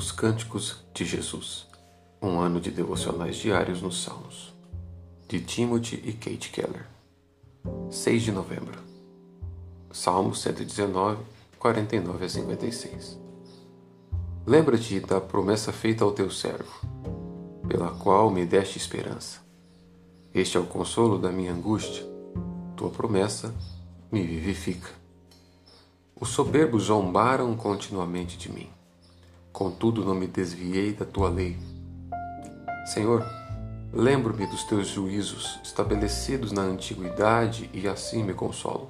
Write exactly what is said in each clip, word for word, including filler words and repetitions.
Os Cânticos de Jesus. Um ano de devocionais diários nos Salmos. De Timothy e Kate Keller. seis de novembro. Salmo cento e dezenove, quarenta e nove a cinquenta e seis. Lembra-te da promessa feita ao teu servo, pela qual me deste esperança. Este é o consolo da minha angústia. Tua promessa me vivifica. Os soberbos zombaram continuamente de mim. Contudo, não me desviei da tua lei. Senhor, lembro-me dos teus juízos estabelecidos na antiguidade e assim me consolo.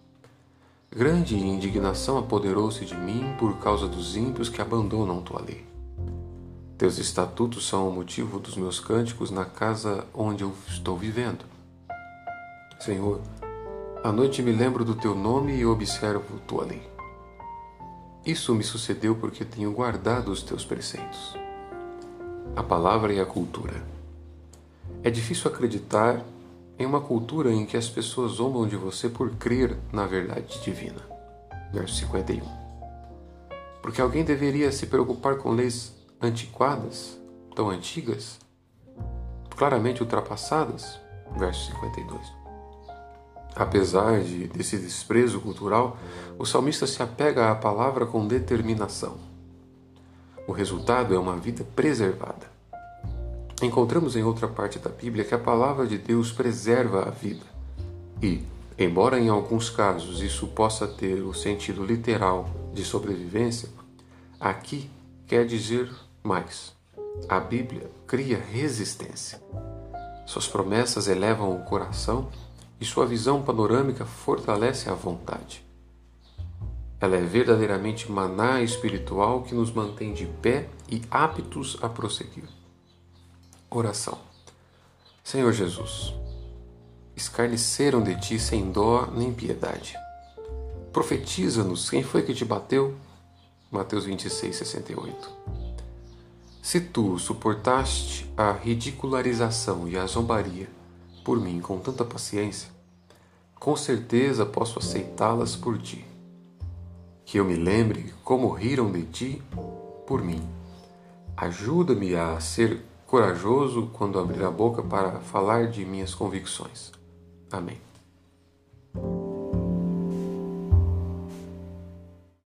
Grande indignação apoderou-se de mim por causa dos ímpios que abandonam tua lei. Teus estatutos são o motivo dos meus cânticos na casa onde eu estou vivendo. Senhor, à noite me lembro do teu nome e observo tua lei. Isso me sucedeu porque tenho guardado os teus preceitos. A palavra e a cultura. É difícil acreditar em uma cultura em que as pessoas zombam de você por crer na verdade divina. Verso cinquenta e um. Porque alguém deveria se preocupar com leis antiquadas, tão antigas, claramente ultrapassadas? Verso cinquenta e dois. Apesar de, desse desprezo cultural, o salmista se apega à palavra com determinação. O resultado é uma vida preservada. Encontramos em outra parte da Bíblia que a palavra de Deus preserva a vida. E, embora em alguns casos isso possa ter o sentido literal de sobrevivência, aqui quer dizer mais. A Bíblia cria resistência. Suas promessas elevam o coração e sua visão panorâmica fortalece a vontade. Ela é verdadeiramente maná espiritual que nos mantém de pé e aptos a prosseguir. Oração. Senhor Jesus, escarneceram de ti sem dó nem piedade. Profetiza-nos quem foi que te bateu? Mateus vinte e seis, sessenta e oito. Se tu suportaste a ridicularização e a zombaria por mim com tanta paciência, com certeza posso aceitá-las por ti. Que eu me lembre como riram de ti por mim. Ajuda-me a ser corajoso quando abrir a boca para falar de minhas convicções. Amém.